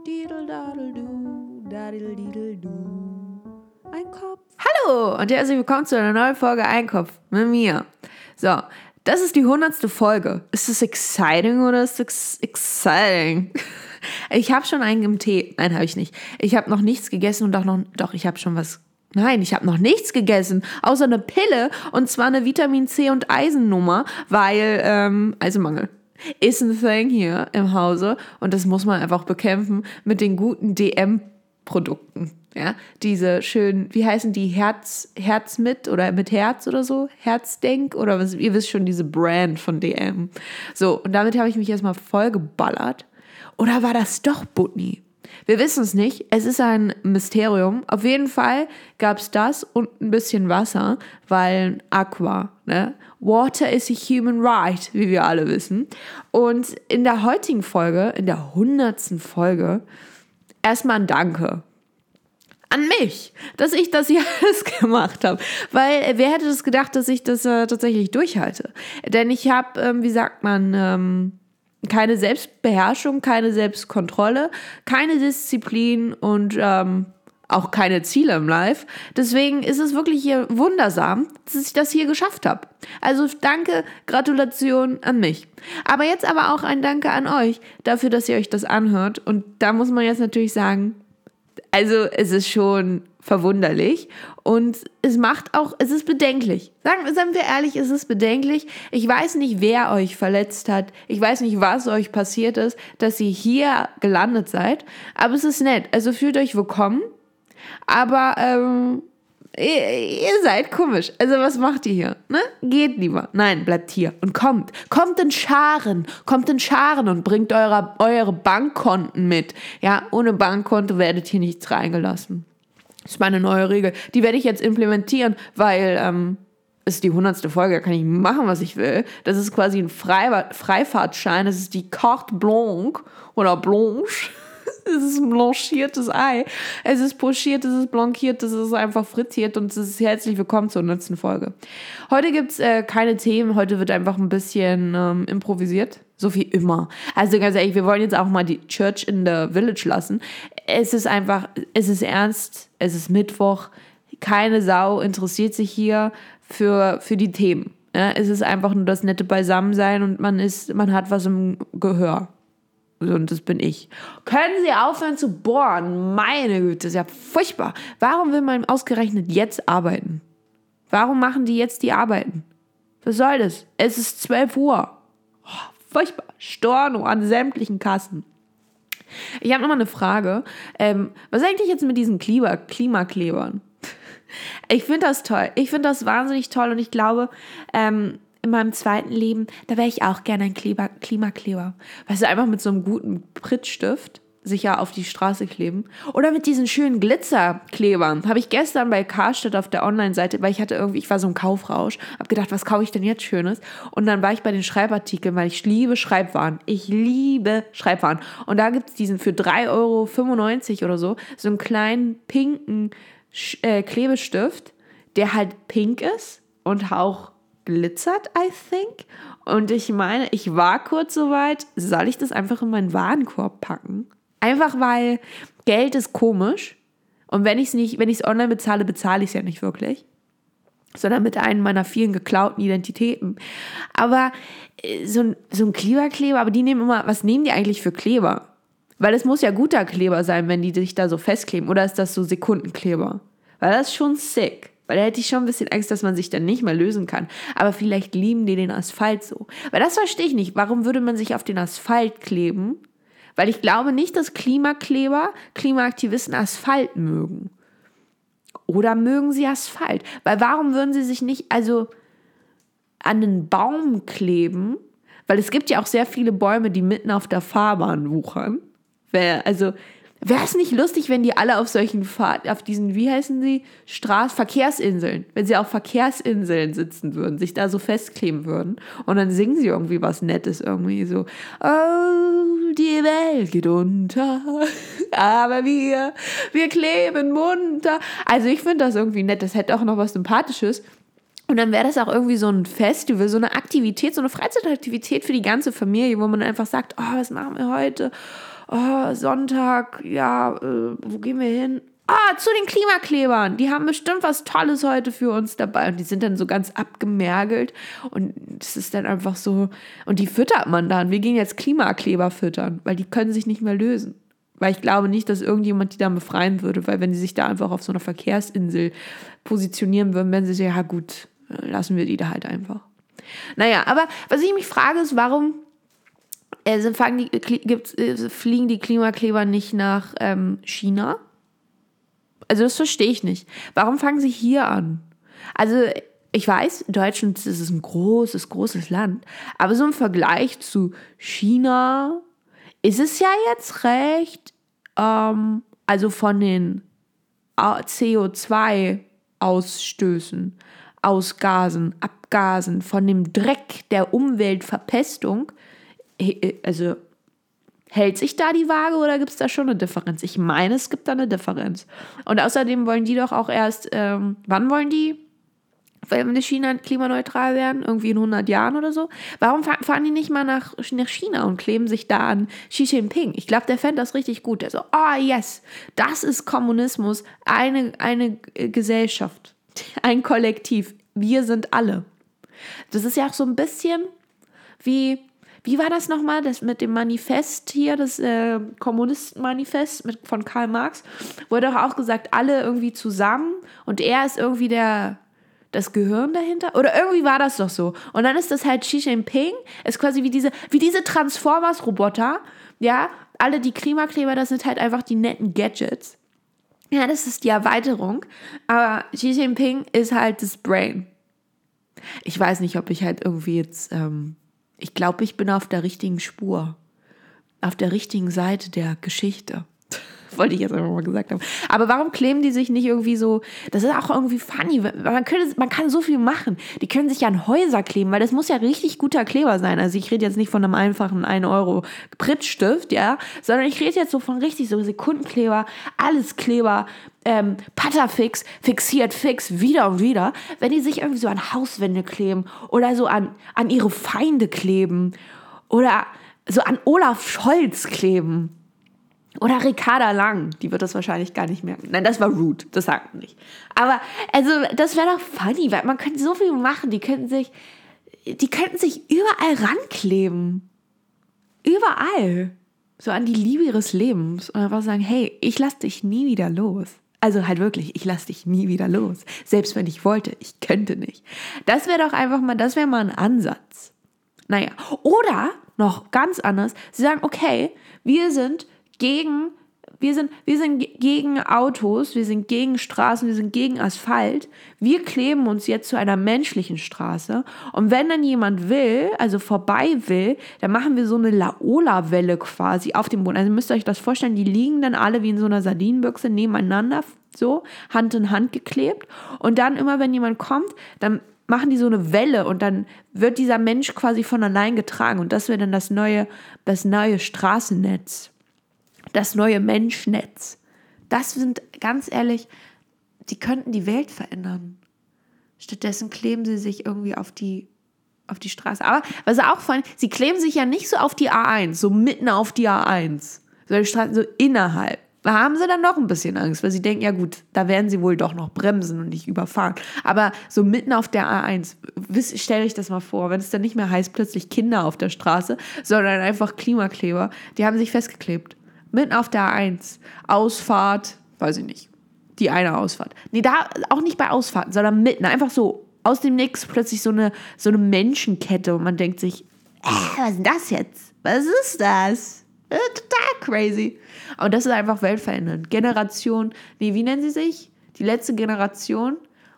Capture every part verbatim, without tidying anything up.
Didel-dadel-du, dadel-didel-du. Ein Kopf. Hallo und herzlich willkommen zu einer neuen Folge Ein Kopf mit mir. So, das ist die hundertste Folge. Ist das exciting oder ist das exciting? Ich habe schon einen im Tee. Nein, habe ich nicht. Ich habe noch nichts gegessen und auch noch, doch, ich habe schon was. Nein, ich habe noch nichts gegessen, außer eine Pille und zwar eine Vitamin C und Eisennummer, weil ähm, Eisenmangel ist ein Thing hier im Hause und das muss man einfach bekämpfen mit den guten D M-Produkten. Ja, diese schönen, wie heißen die, Herz, Herz mit oder mit Herz oder so, Herzdenk oder was, ihr wisst schon, diese Brand von D M. So, und damit habe ich mich erstmal voll geballert. Oder war das doch Butni? Wir wissen es nicht, es ist ein Mysterium. Auf jeden Fall gab es das und ein bisschen Wasser, weil Aqua, ne? Water is a human right, wie wir alle wissen. Und in der heutigen Folge, in der hundertsten Folge, erstmal ein Danke an mich, dass ich das hier alles gemacht habe. Weil wer hätte das gedacht, dass ich das äh, tatsächlich durchhalte? Denn ich habe, ähm, wie sagt man, ähm, keine Selbstbeherrschung, keine Selbstkontrolle, keine Disziplin und ähm, auch keine Ziele im Life. Deswegen ist es wirklich hier wundersam, dass ich das hier geschafft habe. Also danke, Gratulation an mich. Aber jetzt aber auch ein Danke an euch dafür, dass ihr euch das anhört. Und da muss man jetzt natürlich sagen, also es ist schon verwunderlich und es macht auch, es ist bedenklich. Sagen, sagen wir ehrlich, es ist bedenklich. Ich weiß nicht, wer euch verletzt hat. Ich weiß nicht, was euch passiert ist, dass ihr hier gelandet seid. Aber es ist nett. Also fühlt euch willkommen. Aber ähm, ihr, ihr seid komisch. Also was macht ihr hier? Ne? Geht lieber. Nein, bleibt hier und kommt. Kommt in Scharen. Kommt in Scharen und bringt eure, eure Bankkonten mit. Ja, ohne Bankkonto werdet hier nichts reingelassen. Das ist meine neue Regel. Die werde ich jetzt implementieren, weil ähm, es ist die hundertste Folge, da kann ich machen, was ich will. Das ist quasi ein Frei- Freifahrtschein. Das ist die Carte Blanche oder Blanche. Es ist ein blanchiertes Ei. Es ist pochiert, es ist blanchiert, es ist einfach frittiert und es ist herzlich willkommen zur hundertsten Folge. Heute gibt es äh, keine Themen, heute wird einfach ein bisschen ähm, improvisiert. So wie immer. Also ganz ehrlich, wir wollen jetzt auch mal die Church in the Village lassen. Es ist einfach, es ist ernst, es ist Mittwoch. Keine Sau interessiert sich hier für, für die Themen. Ja, es ist einfach nur das nette Beisammensein und man ist, man hat was im Gehör. Und das bin ich. Können Sie aufhören zu bohren? Meine Güte, das ist ja furchtbar. Warum will man ausgerechnet jetzt arbeiten? Warum machen die jetzt die Arbeiten? Was soll das? Es ist zwölf Uhr. Oh, furchtbar. Storno an sämtlichen Kassen. Ich habe nochmal eine Frage. Ähm, was ist eigentlich jetzt mit diesen Klima- Klimaklebern? Ich finde das toll. Ich finde das wahnsinnig toll und ich glaube, ähm, in meinem zweiten Leben, da wäre ich auch gerne ein Kleber, Klimakleber. Weißt du, einfach mit so einem guten Prittstift sicher auf die Straße kleben. Oder mit diesen schönen Glitzerklebern. Habe ich gestern bei Karstadt auf der Online-Seite, weil ich hatte irgendwie, ich war so im Kaufrausch, habe gedacht, was kaufe ich denn jetzt Schönes? Und dann war ich bei den Schreibartikeln, weil ich liebe Schreibwaren. Ich liebe Schreibwaren. Und da gibt es diesen für drei Euro fünfundneunzig oder so, so einen kleinen pinken Sch- äh, Klebestift, der halt pink ist und auch glitzert, I think. Und ich meine, ich war kurz so weit, soll ich das einfach in meinen Warenkorb packen? Einfach weil Geld ist komisch. Und wenn ich es nicht, wenn ich es online bezahle, bezahle ich es ja nicht wirklich. Sondern mit einem meiner vielen geklauten Identitäten. Aber so ein, so ein Kleberkleber, aber die nehmen immer, was nehmen die eigentlich für Kleber? Weil es muss ja guter Kleber sein, wenn die sich da so festkleben. Oder ist das so Sekundenkleber? Weil das ist schon sick. Weil da hätte ich schon ein bisschen Angst, dass man sich dann nicht mehr lösen kann. Aber vielleicht lieben die den Asphalt so. Weil das verstehe ich nicht. Warum würde man sich auf den Asphalt kleben? Weil ich glaube nicht, dass Klimakleber, Klimaaktivisten Asphalt mögen. Oder mögen sie Asphalt? Weil warum würden sie sich nicht also an einen Baum kleben? Weil es gibt ja auch sehr viele Bäume, die mitten auf der Fahrbahn wuchern. Also wäre es nicht lustig, wenn die alle auf solchen Fahrt, auf diesen, wie heißen die, Straß, Verkehrsinseln, wenn sie auf Verkehrsinseln sitzen würden, sich da so festkleben würden und dann singen sie irgendwie was Nettes, irgendwie so, oh, die Welt geht unter, aber wir, wir kleben munter. Also ich finde das irgendwie nett, das hätte auch noch was Sympathisches. Und dann wäre das auch irgendwie so ein Festival, so eine Aktivität, so eine Freizeitaktivität für die ganze Familie, wo man einfach sagt, oh, was machen wir heute? oh, Sonntag, ja, äh, wo gehen wir hin? Ah, zu den Klimaklebern. Die haben bestimmt was Tolles heute für uns dabei. Und die sind dann so ganz abgemergelt. Und das ist dann einfach so. Und die füttert man dann. Wir gehen jetzt Klimakleber füttern, weil die können sich nicht mehr lösen. Weil ich glaube nicht, dass irgendjemand die dann befreien würde. Weil wenn die sich da einfach auf so einer Verkehrsinsel positionieren würden, wenn sie sagen, ja gut, lassen wir die da halt einfach. Naja, aber was ich mich frage, ist, warum also fangen die, gibt's, fliegen die Klimakleber nicht nach ähm, China? Also das verstehe ich nicht. Warum fangen sie hier an? Also ich weiß, Deutschland ist es ein großes, großes Land. Aber so im Vergleich zu China ist es ja jetzt recht, ähm, also von den C O zwei Ausstößen, Ausgasen, Abgasen, von dem Dreck der Umweltverpestung, also hält sich da die Waage oder gibt es da schon eine Differenz? Ich meine, es gibt da eine Differenz. Und außerdem wollen die doch auch erst, ähm, wann wollen die, wenn China klimaneutral werden? Irgendwie in hundert Jahren oder so? Warum fahren die nicht mal nach, nach China und kleben sich da an Xi Jinping? Ich glaube, der fände das richtig gut. Der so, oh yes, das ist Kommunismus, eine, eine Gesellschaft, ein Kollektiv. Wir sind alle. Das ist ja auch so ein bisschen wie... Wie war das nochmal, das mit dem Manifest hier, das äh, Kommunistenmanifest mit, von Karl Marx? Wurde doch auch gesagt, alle irgendwie zusammen und er ist irgendwie der, das Gehirn dahinter? Oder irgendwie war das doch so. Und dann ist das halt Xi Jinping, ist quasi wie diese, wie diese Transformers-Roboter, ja, alle die Klimakleber, das sind halt einfach die netten Gadgets. Ja, das ist die Erweiterung, aber Xi Jinping ist halt das Brain. Ich weiß nicht, ob ich halt irgendwie jetzt... Ähm, Ich glaube, ich bin auf der richtigen Spur. Auf der richtigen Seite der Geschichte. Wollte ich jetzt einfach mal gesagt haben. Aber warum kleben die sich nicht irgendwie so? Das ist auch irgendwie funny. Man, könnte, man kann so viel machen. Die können sich ja an Häuser kleben, weil das muss ja richtig guter Kleber sein. Also ich rede jetzt nicht von einem einfachen ein Euro Prittstift, ja, sondern ich rede jetzt so von richtig so Sekundenkleber, alles Kleber, ähm, Patterfix, fixiert fix, wieder und wieder. Wenn die sich irgendwie so an Hauswände kleben oder so an, an ihre Feinde kleben oder so an Olaf Scholz kleben. Oder Ricarda Lang, die wird das wahrscheinlich gar nicht merken. Nein, das war rude, das sagt man nicht. Aber also, das wäre doch funny, weil man könnte so viel machen. Die könnten sich, die könnten sich überall rankleben. Überall. So an die Liebe ihres Lebens. Und einfach sagen, hey, ich lass dich nie wieder los. Also halt wirklich, ich lass dich nie wieder los. Selbst wenn ich wollte, ich könnte nicht. Das wäre doch einfach mal, das wäre mal ein Ansatz. Naja, oder noch ganz anders. Sie sagen, okay, wir sind gegen, wir sind, wir sind gegen Autos, wir sind gegen Straßen, wir sind gegen Asphalt. Wir kleben uns jetzt zu einer menschlichen Straße. Und wenn dann jemand will, also vorbei will, dann machen wir so eine Laola-Welle quasi auf dem Boden. Also müsst ihr euch das vorstellen, die liegen dann alle wie in so einer Sardinenbüchse nebeneinander, so Hand in Hand geklebt. Und dann immer, wenn jemand kommt, dann machen die so eine Welle und dann wird dieser Mensch quasi von allein getragen. Und das wäre dann das neue, das neue Straßennetz. Das neue Menschnetz. Das sind, ganz ehrlich, die könnten die Welt verändern. Stattdessen kleben sie sich irgendwie auf die, auf die Straße. Aber was auch vor allem, sie kleben sich ja nicht so auf die A eins, so mitten auf die A eins, sondern die Straßen so innerhalb. Da haben sie dann noch ein bisschen Angst, weil sie denken, ja gut, da werden sie wohl doch noch bremsen und nicht überfahren. Aber so mitten auf der A eins, stell euch das mal vor, wenn es dann nicht mehr heißt, plötzlich Kinder auf der Straße, sondern einfach Klimakleber, die haben sich festgeklebt. Mitten auf der A eins. Ausfahrt, weiß ich nicht. Die eine Ausfahrt. Nee, da auch nicht bei Ausfahrten, sondern mitten. Einfach so aus dem Nix plötzlich so eine, so eine Menschenkette und man denkt sich, äh, was ist das jetzt? Was ist das? Äh, total crazy. Und das ist einfach weltverändernd. Generation, nee, wie nennen sie sich? Die letzte Generation.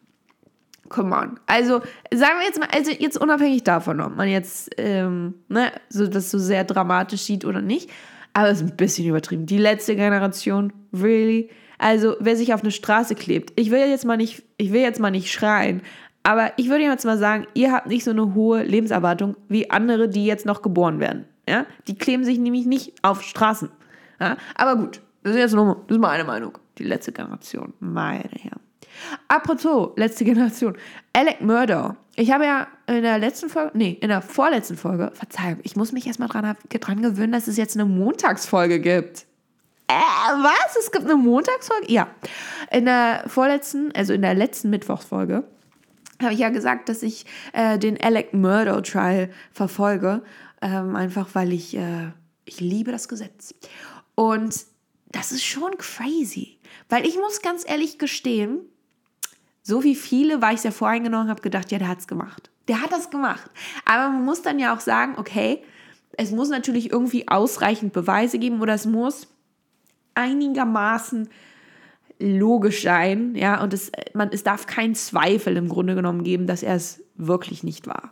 Come on. Also, sagen wir jetzt mal, also jetzt unabhängig davon, ob man jetzt ähm, ne, so, das so sehr dramatisch sieht oder nicht, aber es ist ein bisschen übertrieben. Die letzte Generation, really? Also, wer sich auf eine Straße klebt, ich will jetzt mal nicht, ich will jetzt mal nicht schreien, aber ich würde jetzt mal sagen, ihr habt nicht so eine hohe Lebenserwartung wie andere, die jetzt noch geboren werden. Ja? Die kleben sich nämlich nicht auf Straßen. Ja? Aber gut, das ist jetzt nur, das ist meine Meinung. Die letzte Generation, meine Herren. Apropos, letzte Generation. Alec Murdoch. Ich habe ja in der letzten Folge, nee, in der vorletzten Folge, Verzeihung, ich muss mich erstmal dran, dran gewöhnen, dass es jetzt eine Montagsfolge gibt. Äh, was? Es gibt eine Montagsfolge? Ja. In der vorletzten, also in der letzten Mittwochsfolge, habe ich ja gesagt, dass ich äh, den Alec Murdoch Trial verfolge. Ähm, einfach, weil ich, äh, ich liebe das Gesetz. Und das ist schon crazy. Weil ich muss ganz ehrlich gestehen, so wie viele, weil ich es ja voreingenommen habe, gedacht, ja, der hat es gemacht. Der hat das gemacht. Aber man muss dann ja auch sagen, okay, es muss natürlich irgendwie ausreichend Beweise geben oder es muss einigermaßen logisch sein, ja, und es, man, es darf keinen Zweifel im Grunde genommen geben, dass er es wirklich nicht war.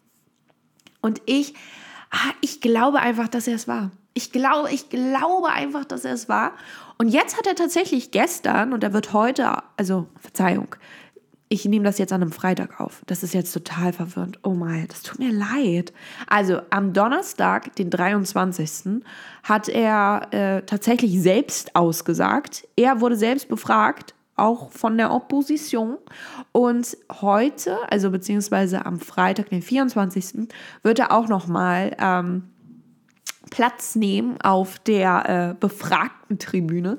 Und ich, ah, ich glaube einfach, dass er es war. Ich glaube, ich glaube einfach, dass er es war. Und jetzt hat er tatsächlich gestern, und er wird heute, also Verzeihung, ich nehme das jetzt an einem Freitag auf. Das ist jetzt total verwirrend. Oh mein, das tut mir leid. Also am Donnerstag, den dreiundzwanzigsten hat er äh, tatsächlich selbst ausgesagt. Er wurde selbst befragt, auch von der Opposition. Und heute, also beziehungsweise am Freitag, den vierundzwanzigsten, wird er auch nochmal ähm, Platz nehmen auf der äh, befragten Tribüne.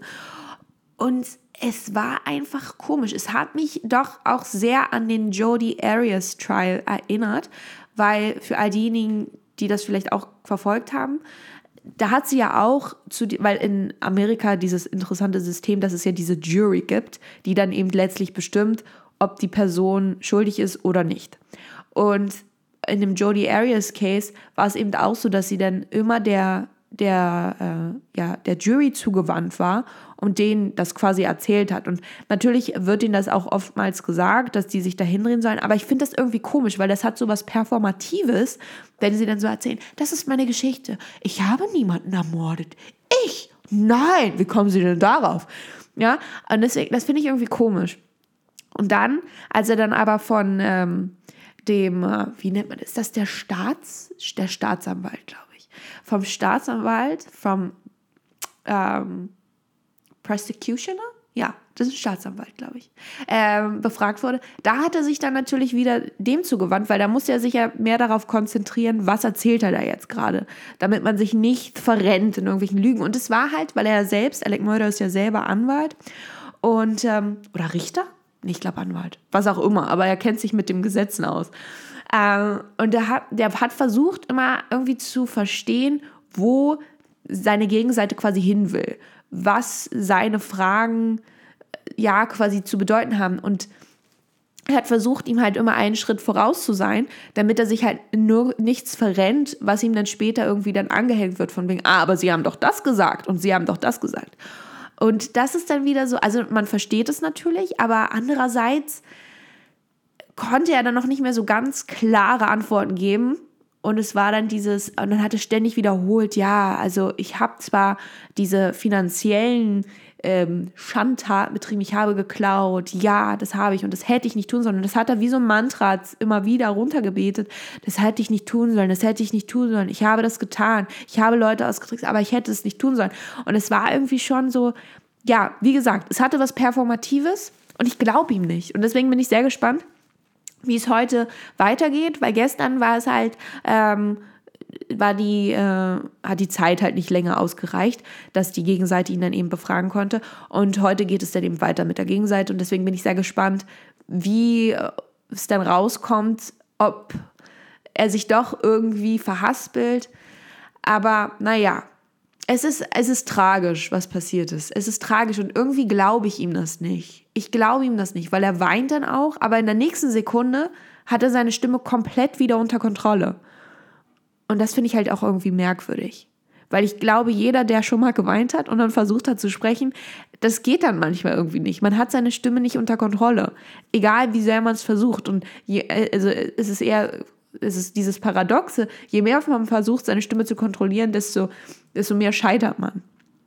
Und es war einfach komisch. Es hat mich doch auch sehr an den Jodi Arias Trial erinnert, weil für all diejenigen, die das vielleicht auch verfolgt haben, da hat sie ja auch, zu, weil in Amerika dieses interessante System, dass es ja diese Jury gibt, die dann eben letztlich bestimmt, ob die Person schuldig ist oder nicht. Und in dem Jodi Arias Case war es eben auch so, dass sie dann immer der der, äh, ja, der Jury zugewandt war und denen das quasi erzählt hat. Und natürlich wird ihnen das auch oftmals gesagt, dass die sich da hindrehen sollen, aber ich finde das irgendwie komisch, weil das hat so was Performatives, wenn sie dann so erzählen, das ist meine Geschichte, ich habe niemanden ermordet. Ich? Nein! Wie kommen sie denn darauf? Ja, und deswegen, das finde ich irgendwie komisch. Und dann, als er dann aber von ähm, dem, äh, wie nennt man das, ist das der Staats, der Staatsanwalt, glaube ich, vom Staatsanwalt, vom ähm, Prosecutioner, ja, das ist ein Staatsanwalt, glaube ich, ähm, befragt wurde, da hat er sich dann natürlich wieder dem zugewandt, weil da muss er sich ja mehr darauf konzentrieren, was erzählt er da jetzt gerade, damit man sich nicht verrennt in irgendwelchen Lügen. Und es war halt, weil er selbst, Alec Murdoch ist ja selber Anwalt und, ähm, oder Richter? Ich glaube Anwalt, was auch immer, aber er kennt sich mit dem Gesetzen aus. Ähm, und der hat, der hat versucht, immer irgendwie zu verstehen, wo seine Gegenseite quasi hin will, was seine Fragen ja quasi zu bedeuten haben. Und er hat versucht, ihm halt immer einen Schritt voraus zu sein, damit er sich halt nur nichts verrennt, was ihm dann später irgendwie dann angehängt wird, von wegen, ah, aber sie haben doch das gesagt und sie haben doch das gesagt. Und das ist dann wieder so, also man versteht es natürlich, aber andererseits konnte er dann noch nicht mehr so ganz klare Antworten geben. Und es war dann dieses, und dann hat er ständig wiederholt, ja, also ich habe zwar diese finanziellen ähm, Schandtaten betrieben, ich habe geklaut, ja, das habe ich und das hätte ich nicht tun sollen. Und das hat er wie so ein Mantra immer wieder runtergebetet, das hätte ich nicht tun sollen, das hätte ich nicht tun sollen, ich habe das getan, ich habe Leute ausgetrickst, aber ich hätte es nicht tun sollen. Und es war irgendwie schon so, ja, wie gesagt, es hatte was Performatives und ich glaube ihm nicht. Und deswegen bin ich sehr gespannt, wie es heute weitergeht, weil gestern war es halt, ähm, war die, äh, hat die Zeit halt nicht länger ausgereicht, dass die Gegenseite ihn dann eben befragen konnte. Und heute geht es dann eben weiter mit der Gegenseite und deswegen bin ich sehr gespannt, wie es dann rauskommt, ob er sich doch irgendwie verhaspelt. Aber naja, es ist, es ist tragisch, was passiert ist. Es ist tragisch und irgendwie glaube ich ihm das nicht. Ich glaube ihm das nicht, weil er weint dann auch, aber in der nächsten Sekunde hat er seine Stimme komplett wieder unter Kontrolle. Und das finde ich halt auch irgendwie merkwürdig. Weil ich glaube, jeder, der schon mal geweint hat und dann versucht hat zu sprechen, das geht dann manchmal irgendwie nicht. Man hat seine Stimme nicht unter Kontrolle. Egal, wie sehr man es versucht. Und je, also es ist eher, es ist dieses Paradoxe, je mehr man versucht, seine Stimme zu kontrollieren, desto, desto mehr scheitert man.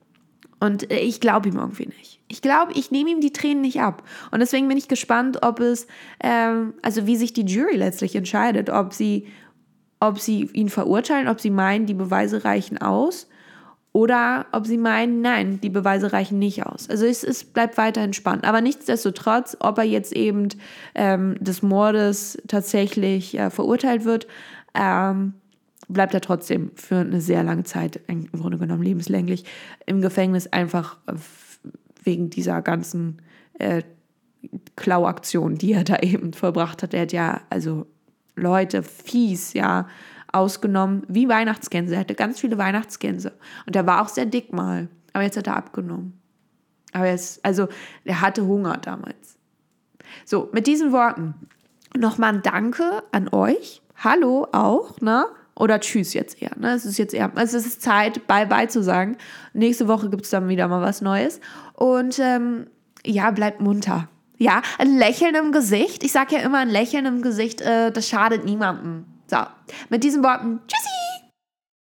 Und ich glaube ihm irgendwie nicht. Ich glaube, ich nehme ihm die Tränen nicht ab. Und deswegen bin ich gespannt, ob es, ähm, also wie sich die Jury letztlich entscheidet, ob sie ob sie ihn verurteilen, ob sie meinen, die Beweise reichen aus oder ob sie meinen, nein, die Beweise reichen nicht aus. Also es, es bleibt weiterhin spannend. Aber nichtsdestotrotz, ob er jetzt eben ähm, des Mordes tatsächlich äh, verurteilt wird, ähm, bleibt er trotzdem für eine sehr lange Zeit, im Grunde genommen lebenslänglich, im Gefängnis, einfach wegen dieser ganzen äh, Klauaktion, die er da eben vollbracht hat. Er hat ja, also Leute, fies, ja, ausgenommen, wie Weihnachtsgänse. Er hatte ganz viele Weihnachtsgänse. Und er war auch sehr dick mal. Aber jetzt hat er abgenommen. Aber er ist, also, er hatte Hunger damals. So, mit diesen Worten nochmal ein Danke an euch. Hallo auch, ne? Oder tschüss jetzt eher. Ne? Es ist jetzt eher, also es ist Zeit, bye-bye zu sagen. Nächste Woche gibt es dann wieder mal was Neues. Und ähm, ja, bleibt munter. Ja, ein Lächeln im Gesicht. Ich sage ja immer, ein Lächeln im Gesicht, äh, das schadet niemandem. So, mit diesen Worten, tschüssi!